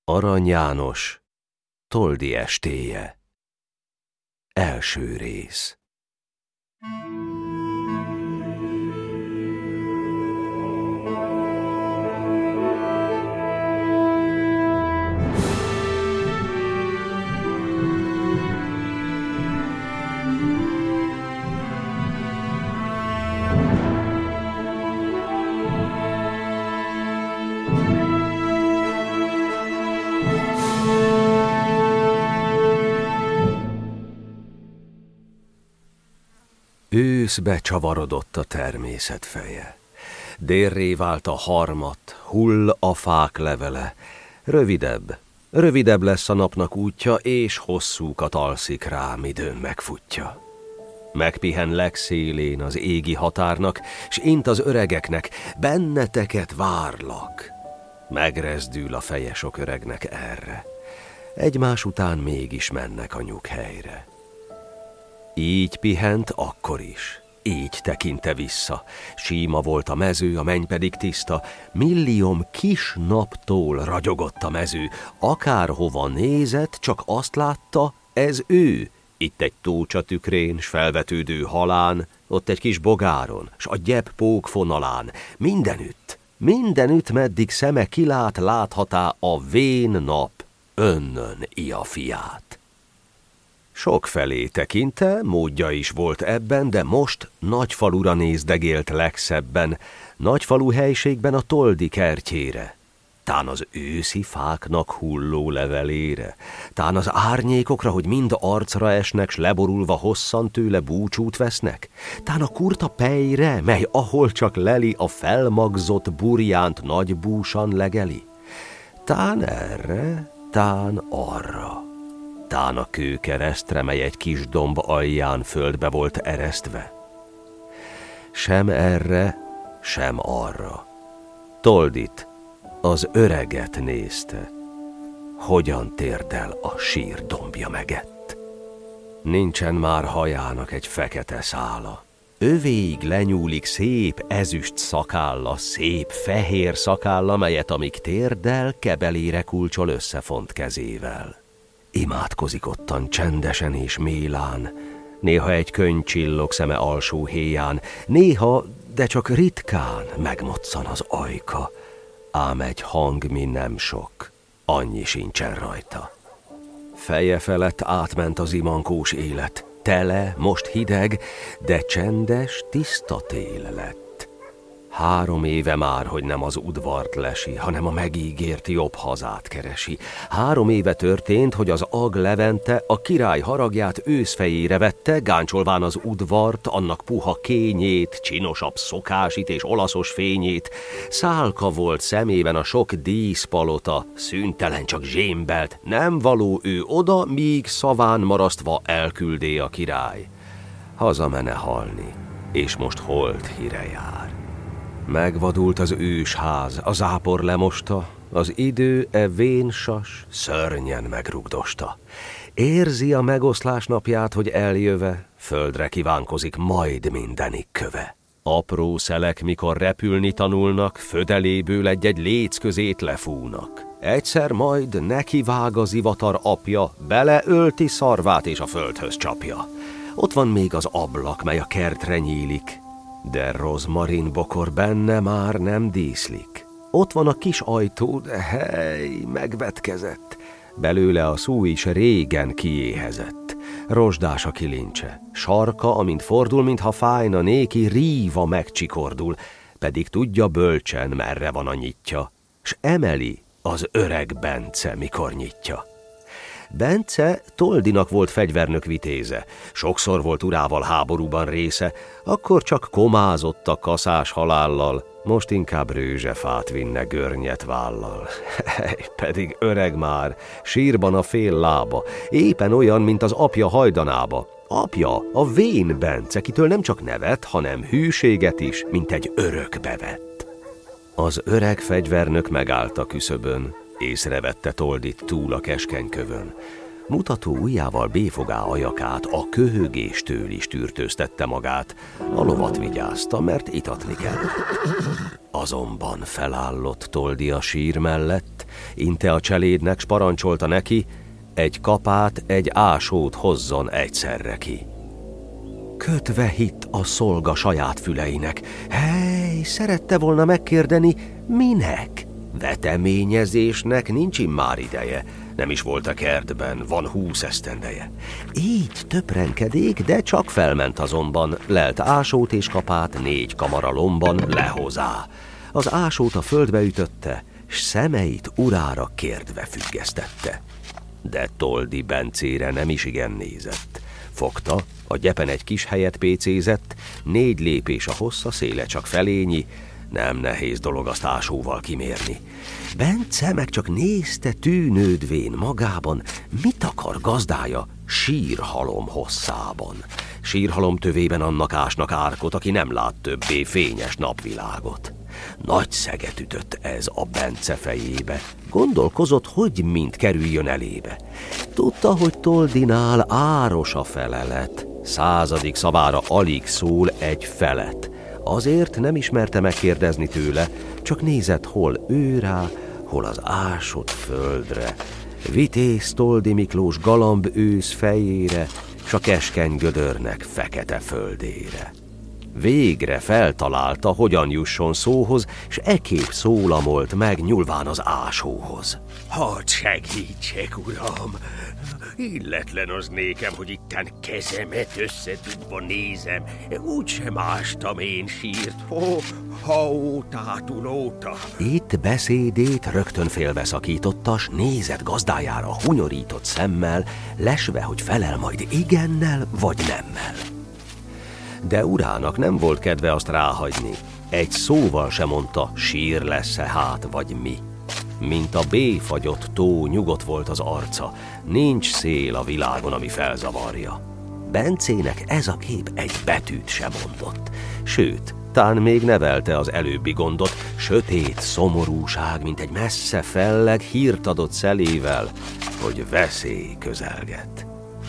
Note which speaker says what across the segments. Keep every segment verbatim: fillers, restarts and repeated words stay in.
Speaker 1: Arany János, Toldi estéje. Első rész. Őszbe csavarodott a természet feje. Délré vált a harmat, hull a fák levele. Rövidebb, rövidebb lesz a napnak útja, és hosszúkat alszik rá, midőn megfutja. Megpihen legszélén az égi határnak, s int az öregeknek, benneteket várlak. Megrezdül a feje sok öregnek erre. Egymás után mégis mennek a nyughelyre. Így pihent akkor is, így tekinte vissza. Síma volt a mező, a menny pedig tiszta. Millióm kis naptól ragyogott a mező. Akárhova nézett, csak azt látta, ez ő. Itt egy tócsa tükrén, s felvetődő halán, ott egy kis bogáron, s a gyep pók fonalán. Mindenütt, mindenütt, meddig szeme kilát, láthatá a vén nap önnön ia fiát. Sokfelé tekinte, módja is volt ebben, de most Nagyfalura nézdegélt legszebben, Nagyfalu helységben a Toldi kertjére. Tán az őszi fáknak hulló levelére, tán az árnyékokra, hogy mind arcra esnek, s leborulva hosszan tőle búcsút vesznek, tán a kurta pejre, mely ahol csak leli, a felmagzott burjánt nagy búsan legeli. Tán erre, tán arra. Tán a kőkeresztre, mely egy kis domb alján földbe volt eresztve. Sem erre, sem arra. Toldit, az öreget nézte, hogyan térdel a sír dombja megett. Nincsen már hajának egy fekete szála. Övéig lenyúlik szép ezüst szakálla, szép fehér szakálla, melyet amíg térdel, kebelére kulcsol összefont kezével. Imádkozik ottan csendesen és mélán, néha egy könny csillog szeme alsó héján, néha, de csak ritkán megmoccan az ajka, ám egy hang mi nem sok, annyi sincsen rajta. Feje felett átment az imankós élet, tele, most hideg, de csendes, tiszta tél lett. Három éve már, hogy nem az udvart lesi, hanem a megígért jobb hazát keresi. Három éve történt, hogy az Ag Levente a király haragját őszfejére vette, gáncsolván az udvart, annak puha kényét, csinosabb szokásit és olaszos fényét. Szálka volt szemében a sok díszpalota, szüntelen csak zsémbelt, nem való ő oda, míg szaván marasztva elküldé a király. Hazamene halni, és most holt híre jár. Megvadult az ősház, a zápor lemosta, az idő e vénsas szörnyen megrugdosta. Érzi a megoszlás napját, hogy eljöve, földre kívánkozik majd mindenik köve. Apró szelek, mikor repülni tanulnak, födeléből egy-egy léc közét lefúnak. Egyszer majd nekivág az ivatar apja, beleölti szarvát és a földhöz csapja. Ott van még az ablak, mely a kertre nyílik, de rozmarin bokor benne már nem díszlik. Ott van a kis ajtó, de hely, megvetkezett. Belőle a szú is régen kiéhezett. Rozsdás a kilincse, sarka, amint fordul, mintha fájna néki, ríva megcsikordul, pedig tudja bölcsen, merre van a nyitja, s emeli az öreg Bence, mikor nyitja. Bence Toldinak volt fegyvernök vitéze, sokszor volt urával háborúban része, akkor csak komázott a kaszás halállal, most inkább rőzsefát vinne görnyet vállal. Pedig öreg már, sírban a fél lába, éppen olyan, mint az apja hajdanába. Apja, a vén Bence, kitől nem csak nevet, hanem hűséget is, mint egy örökbe vett. Az öreg fegyvernök megállt a küszöbön, észrevette Toldit túl a keskeny kövön. Mutató ujjával béfogá ajakát, a köhögéstől is tűrtőztette magát. A lovat vigyázta, mert itatni kell. Azonban felállott Toldi a sír mellett, inte a cselédnek, s parancsolta neki, egy kapát, egy ásót hozzon egyszerre ki. Kötve hitt a szolga saját füleinek. Hely, szerette volna megkérdeni, minek? Veteményezésnek nincs immár ideje. Nem is volt a kertben, van húsz esztendeje. Így töprenkedék, de csak felment azonban, lelt ásót és kapát négy kamara lomban lehozá. Az ásót a földbe ütötte, s szemeit urára kérdve függesztette. De Toldi Bencére nem is igen nézett. Fogta, a gyepen egy kis helyet pécézett, négy lépés a hossza, széle csak felényi, nem nehéz dolog azt ásóval kimérni. Bence meg csak nézte tűnődvén magában, mit akar gazdája sírhalom hosszában. Sírhalom tövében annak ásnak árkot, aki nem lát többé fényes napvilágot. Nagy szeget ütött ez a Bence fejébe. Gondolkozott, hogy mind kerüljön elébe. Tudta, hogy Toldinál áros a felelet. Századik szavára alig szól egy felet. Azért nem ismerte megkérdezni tőle, csak nézett hol ő rá, hol az ásott földre. Vitéz Toldi Miklós galamb ősz fejére, s a keskeny gödörnek fekete földére. Végre feltalálta, hogyan jusson szóhoz, s ekképp szólamolt meg nyúlván az ásóhoz.
Speaker 2: Hadd segítsek, uram! Illetlen az nékem, hogy itten kezemet összedugva nézem. Úgysem ástam én sírt. Ho, ha ótátul óta.
Speaker 1: Itt beszédét rögtön félbeszakította, s nézett gazdájára hunyorított szemmel, lesve, hogy felel majd igennel vagy nemmel. De urának nem volt kedve azt ráhagyni. Egy szóval sem mondta, sír lesz-e hát vagy mi. Mint a béfagyott tó, nyugodt volt az arca, nincs szél a világon, ami felzavarja. Bencének ez a kép egy betűt sem mondott, sőt, tán még nevelte az előbbi gondot, sötét szomorúság, mint egy messze felleg hírt adott szelével, hogy veszély közelget.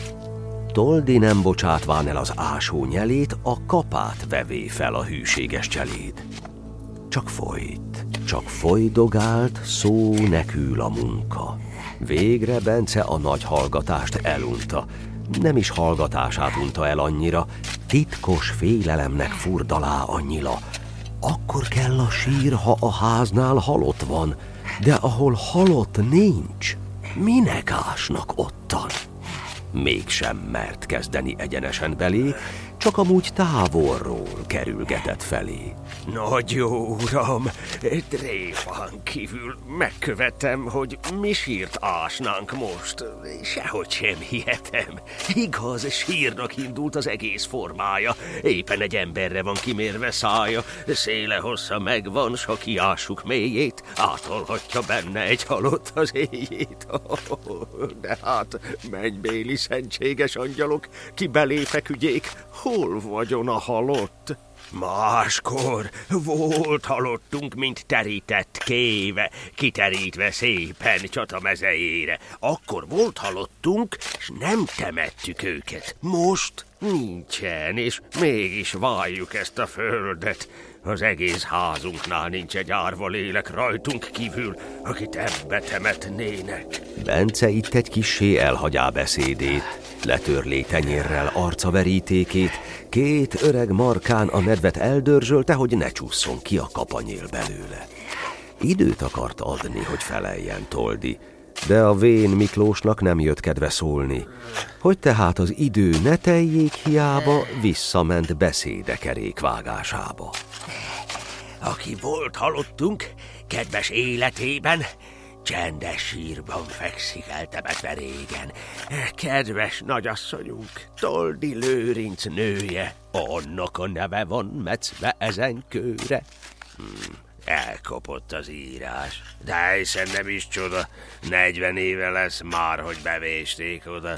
Speaker 1: Toldi nem bocsátván el az ásó nyelét, a kapát vevé fel a hűséges cseléd. Csak folyt, csak folydogált, szó nekül a munka. Végre Bence a nagy hallgatást elunta. Nem is hallgatását unta el annyira, titkos félelemnek furdalá annyira. Akkor kell a sír, ha a háznál halott van, de ahol halott nincs, minek ásnak ottan? Mégsem mert kezdeni egyenesen belé, csak amúgy távolról kerülgetett felé.
Speaker 2: Nagy jó, uram, tréfán kívül megkövetem, hogy mi sírt ásnánk most. Sehogy sem hihetem. Igaz, sírnak indult az egész formája. Éppen egy emberre van kimérve szája. Széle hossza megvan, s ha kiássuk mélyét, átolhatja benne egy halott az éjjét. De hát, mennybéli szentséges angyalok, ki belé feküdjék, hol vagyon a halott? Máskor volt halottunk, mint terített kéve, kiterítve szépen csata mezejére. Akkor volt halottunk, s nem temettük őket. Most nincsen, és mégis valljuk ezt a földet. Az egész házunknál nincs egy árva lélek rajtunk kívül, akit ebbe temetnének.
Speaker 1: Bence itt egy kissé elhagyá beszédét, letörlé tenyérrel arca verítékét, két öreg markán a nedvet eldörzsölte, hogy ne csússzon ki a kapanyél belőle. Időt akart adni, hogy feleljen Toldi, de a vén Miklósnak nem jött kedve szólni. Hogy tehát az idő ne teljék hiába, visszament beszéde kerékvágásába.
Speaker 2: Aki volt halottunk, kedves életében, csendes sírban fekszik eltemetve régen. Kedves nagyasszonyunk, Toldi Lőrinc nője, annak a neve van metszve ezen kőre. Hmm, elkopott az írás, de hiszen nem is csoda, negyven éve lesz már, hogy bevésték oda.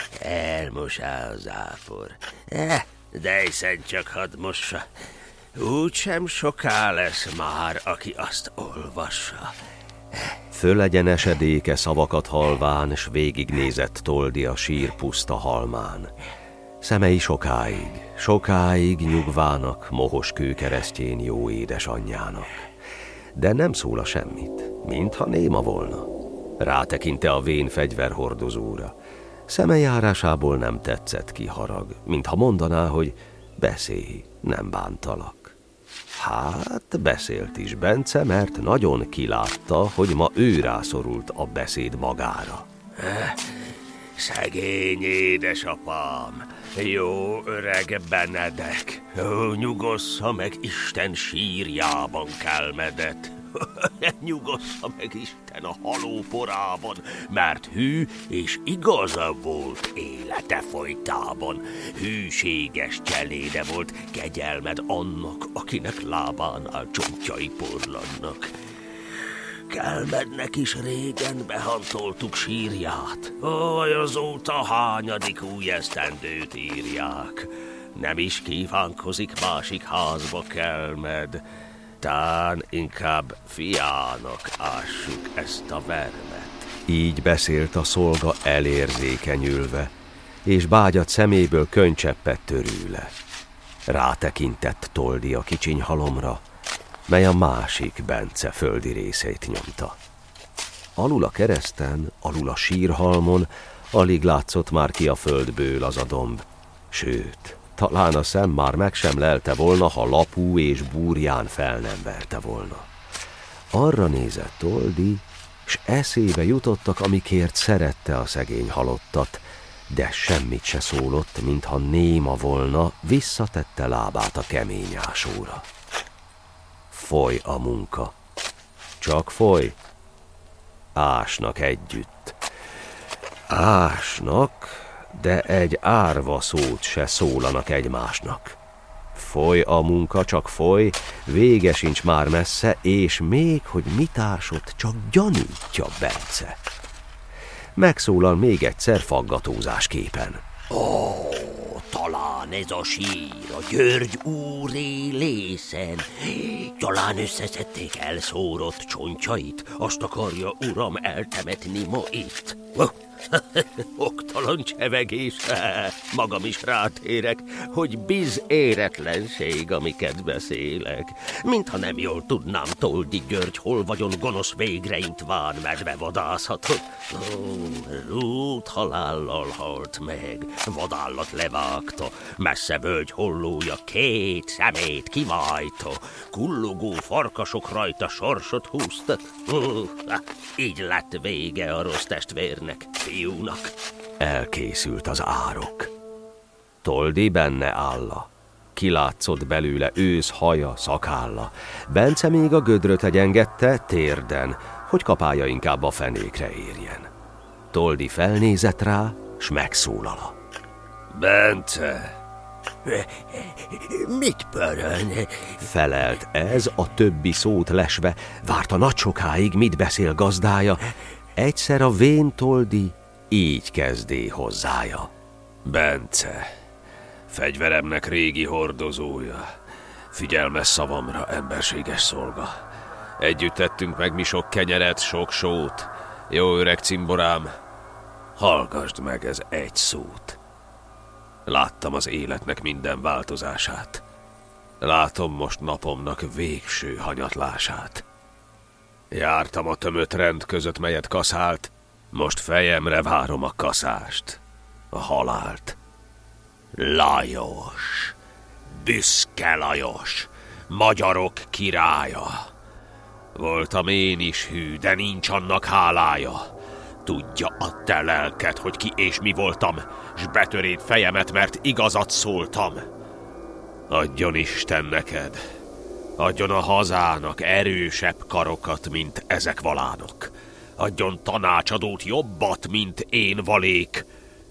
Speaker 2: Elmosá az ápor. Eh, de hiszen csak hadd mossa. Úgysem soká lesz már, aki azt olvassa.
Speaker 1: Fölegyenesedéke szavakat halván, s végignézett Toldi a sír puszta halmán. Szemei sokáig, sokáig nyugvának, mohos kőkeresztjén jó édesanyjának. De nem szól a semmit, mintha néma volna. Rátekinte a vén fegyverhordozóra. Szeme járásából nem tetszett ki harag, mintha mondaná, hogy beszélj, nem bántalak. Hát, beszélt is Bence, mert nagyon kilátta, hogy ma ő rászorult a beszéd magára.
Speaker 2: Szegény édesapám, jó öreg Benedek, ó, nyugossza meg Isten sírjában kelmedett. Nyugossza meg Isten a halóporában, mert hű és igaza volt élete folytában. Hűséges cseléde volt kegyelmed annak, akinek lábánál csontjai porladnak. Kelmednek is régen behantoltuk sírját, oly azóta hányadik új esztendőt írják. Nem is kívánkozik másik házba Kelmed, tán inkább fiának ássuk ezt a vermet.
Speaker 1: Így beszélt a szolga elérzékenyülve, és bágyat szeméből könycseppet törőle. Rátekintett Toldi a kicsiny halomra, mely a másik Bence földi részeit nyomta. Alul a kereszten, alul a sírhalmon alig látszott már ki a földből az a domb, sőt, talán a szem már meg sem lelte volna, ha lapú és búrján fel nem verte volna. Arra nézett Toldi, s eszébe jutottak, amikért szerette a szegény halottat, de semmit se szólott, mintha néma volna, visszatette lábát a kemény ásóra. Foly a munka. Csak foly. Ásnak együtt. Ásnak, de egy árva szót se szólanak egymásnak. Foly a munka, csak foly, vége sincs már messze, és még, hogy mit ásott, csak gyanítja Bence. Megszólal még egyszer faggatózásképpen.
Speaker 2: Ó, talán ez a sír a György úré lészen. Talán összeszedték elszórott csontjait, azt akarja uram eltemetni ma itt. Oh. Oktalan csevegés, magam is rátérek, hogy biz éretlenség, amiket beszélek. Mintha nem jól tudnám, Toldi György hol vagyon gonosz végreint ván medve vadászhatott. Rút halállal halt meg, vadállat levágta, messze völgy hollója két szemét kivájta, kullogó farkasok rajta sorsot húztak. Így lett vége a rossz testvérnek, fiúnak.
Speaker 1: Elkészült az árok. Toldi benne álla. Kilátszott belőle ősz haja, szakálla. Bence még a gödröt egyengedte térden, hogy kapálya inkább a fenékre érjen. Toldi felnézett rá, s megszólala.
Speaker 2: Bence! Mit pörön?
Speaker 1: Felelt ez, a többi szót lesve, várta nagy sokáig, mit beszél gazdája. Egyszer a vén Toldi így kezdé hozzája.
Speaker 2: Bence, fegyveremnek régi hordozója, figyelmes szavamra, emberséges szolga. Együtt tettünk meg mi sok kenyeret, sok sót. Jó öreg cimborám, hallgasd meg ez egy szót. Láttam az életnek minden változását. Látom most napomnak végső hanyatlását. Jártam a tömött rend között, melyet kaszált, most fejemre várom a kaszást, a halált. Lajos, büszke Lajos, magyarok királya. Voltam én is hű, de nincs annak hálája. Tudja a te lelked, hogy ki és mi voltam, s betörét fejemet, mert igazat szóltam. Adjon Isten neked, adjon a hazának erősebb karokat, mint ezek valánok. Adjon tanácsadót jobbat, mint én valék.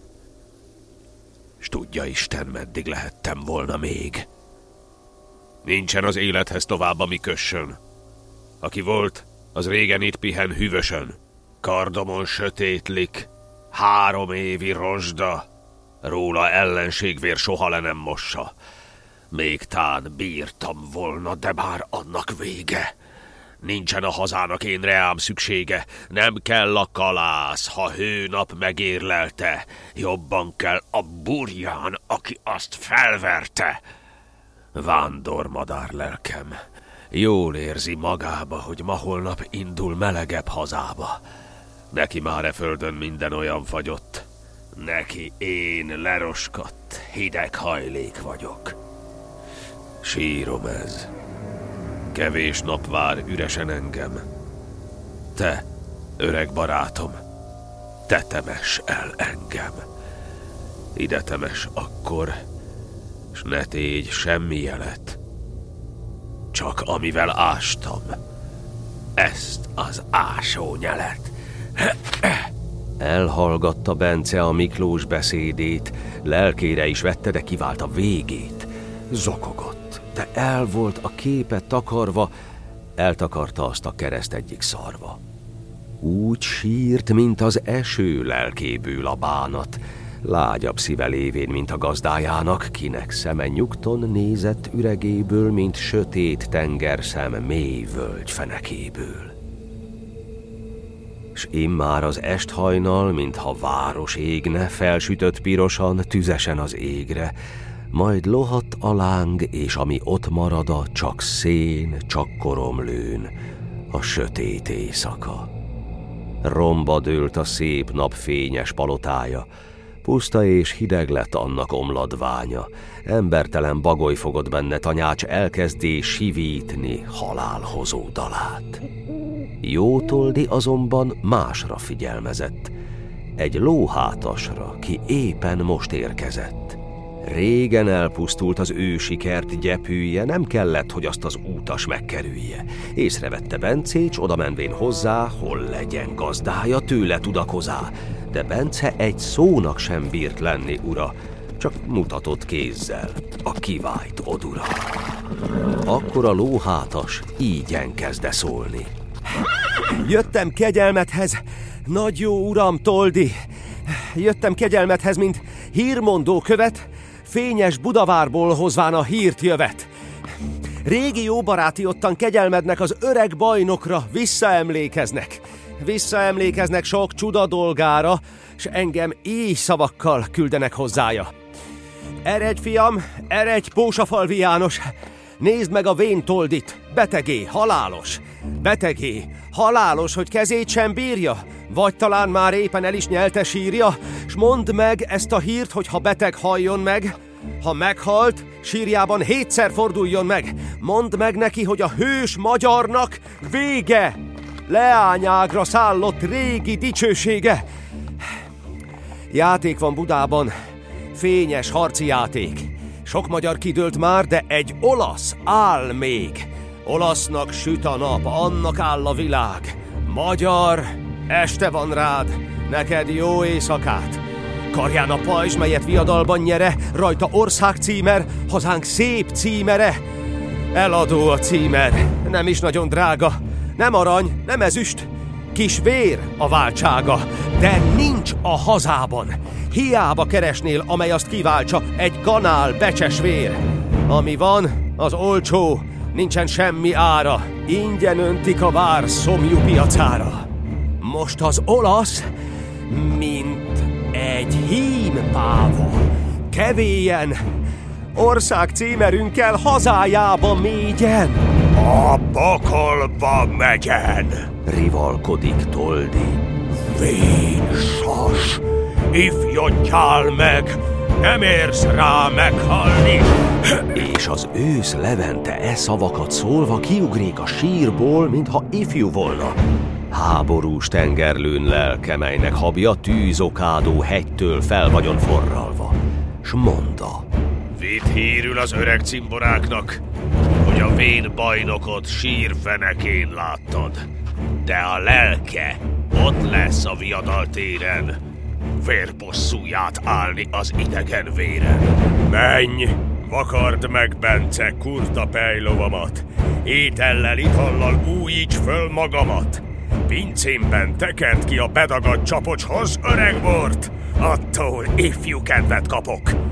Speaker 2: S tudja Isten, meddig lehettem volna még. Nincsen az élethez tovább, ami kössön. Aki volt, az régen itt pihen hűvösön. Kardomon sötétlik, három évi rozsda, róla ellenségvér soha le nem mossa. Még tán bírtam volna, de már annak vége. Nincsen a hazának énre ám szüksége, nem kell a kalász, ha hőnap megérlelte. Jobban kell a burján, aki azt felverte. Vándormadár lelkem, jól érzi magába, hogy ma holnap indul melegebb hazába. Neki már e földön minden olyan fagyott. Neki én leroskadt, hideg hajlék vagyok. Sírom ez. Kevés nap vár üresen engem. Te, öreg barátom, te temess el engem. Ide temess akkor, s ne tégy semmi jelet. Csak amivel ástam, ezt az ásónyelet.
Speaker 1: Elhallgatta Bence a Miklós beszédét, lelkére is vette, de kivált a végét. Zokogott, de el volt a képet takarva, eltakarta azt a kereszt egyik szarva. Úgy sírt, mint az eső lelkéből a bánat, lágyabb szíve lévén, mint a gazdájának, kinek szeme nyugton nézett üregéből, mint sötét tengerszem mély völgy fenekéből. S immár az esthajnal, mintha város égne, felsütött pirosan, tüzesen az égre, majd lohadt a láng, és ami ott marada, csak szén, csak koromlőn, a sötét éjszaka. Romba dőlt a szép nap fényes palotája, puszta és hideg lett annak omladványa, embertelen bagoly fogott benne, tanács elkezdé sivítni halálhozó dalát. Jótoldi azonban másra figyelmezett, egy lóhátasra, ki éppen most érkezett. Régen elpusztult az ősi kert gyepűje, nem kellett, hogy azt az útas megkerülje. Észrevette Bencécs, oda menvén hozzá, hol legyen gazdája, tőle tudakozá. De Bence egy szónak sem bírt lenni ura, csak mutatott kézzel a kivájt odura. Akkor a lóhátas ígyen kezde szólni.
Speaker 3: Jöttem kegyelmethez, nagy jó uram Toldi. Jöttem kegyelmethez, mint hírmondó követ, fényes Budavárból hozván a hírt jövet. Régi jó baráti ottan kegyelmednek az öreg bajnokra, visszaemlékeznek. Visszaemlékeznek sok csuda dolgára, s engem így szavakkal küldenek hozzája. Eredj, fiam, eredj, Pósafalvi János, nézd meg a vén Toldit, betegé, halálos. Betegé, halálos, hogy kezét sem bírja, vagy talán már éppen el is nyelte sírja, s mondd meg ezt a hírt, hogy ha beteg, halljon meg, ha meghalt, sírjában hétszer forduljon meg. Mondd meg neki, hogy a hős magyarnak vége, leányágra szállott régi dicsősége. Játék van Budában, fényes harci játék. Sok magyar kidőlt már, de egy olasz áll még. Olasznak süt a nap, annak áll a világ. Magyar, este van rád, neked jó éjszakát. Karján a pajzs, melyet viadalban nyere, rajta ország címer, hazánk szép címere. Eladó a címer, nem is nagyon drága, nem arany, nem ezüst, kis vér a váltsága, de nincs a hazában. Hiába keresnél, amely azt kiváltsa, egy kanál becses vér. Ami van, az olcsó, nincsen semmi ára, ingyen öntik a vár szomjú piacára. Most az olasz, mint egy hímpáva, kevélyen, ország címerünkkel hazájába mégyen.
Speaker 2: A pokolba megyen,
Speaker 1: rivalkodik Toldi.
Speaker 2: Vén sas, ifjodjál meg, nem érsz rá meghalni.
Speaker 1: És az ősz Levente e szavakat szólva kiugrik a sírból, mintha ifjú volna. Háborús tengerlőn lelke, melynek habja tűzokádó hegytől fel vagyon forralva. S mondta:
Speaker 2: Vidd hírül az öreg cimboráknak, hogy a vén bajnokot sírfenekén láttad, de a lelke ott lesz a viadaltéren, vérbosszúját állni az idegen véren. Menj, vakard meg, Bence, kurta pejlovamat, étellel, itallal újíts föl magamat. Pincémben tekerd ki a bedagadt csapocshoz öreg bort, attól ifjú kedvet kapok.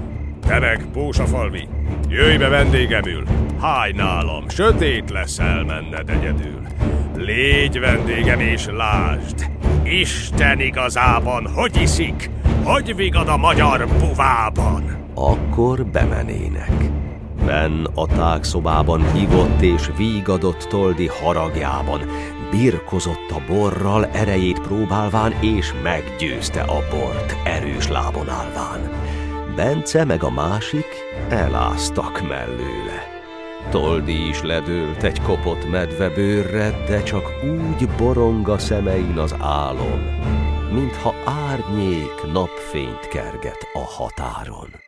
Speaker 3: Te meg, Pósafalvi, jöjj be vendégemül, háj nálam, sötét lesz elmenned egyedül. Légy vendégem és lásd, Isten igazában hogy iszik, hogy vigad a magyar buvában.
Speaker 1: Akkor bemenének. Benn a tágszobában hívott és vígadott Toldi haragjában, birkozott a borral erejét próbálván, és meggyőzte a bort erős lábon állván. Bence meg a másik eláztak mellőle. Toldi is ledőlt egy kopott medvebőrre, de csak úgy borong a szemein az álom, mintha árnyék napfényt kerget a határon.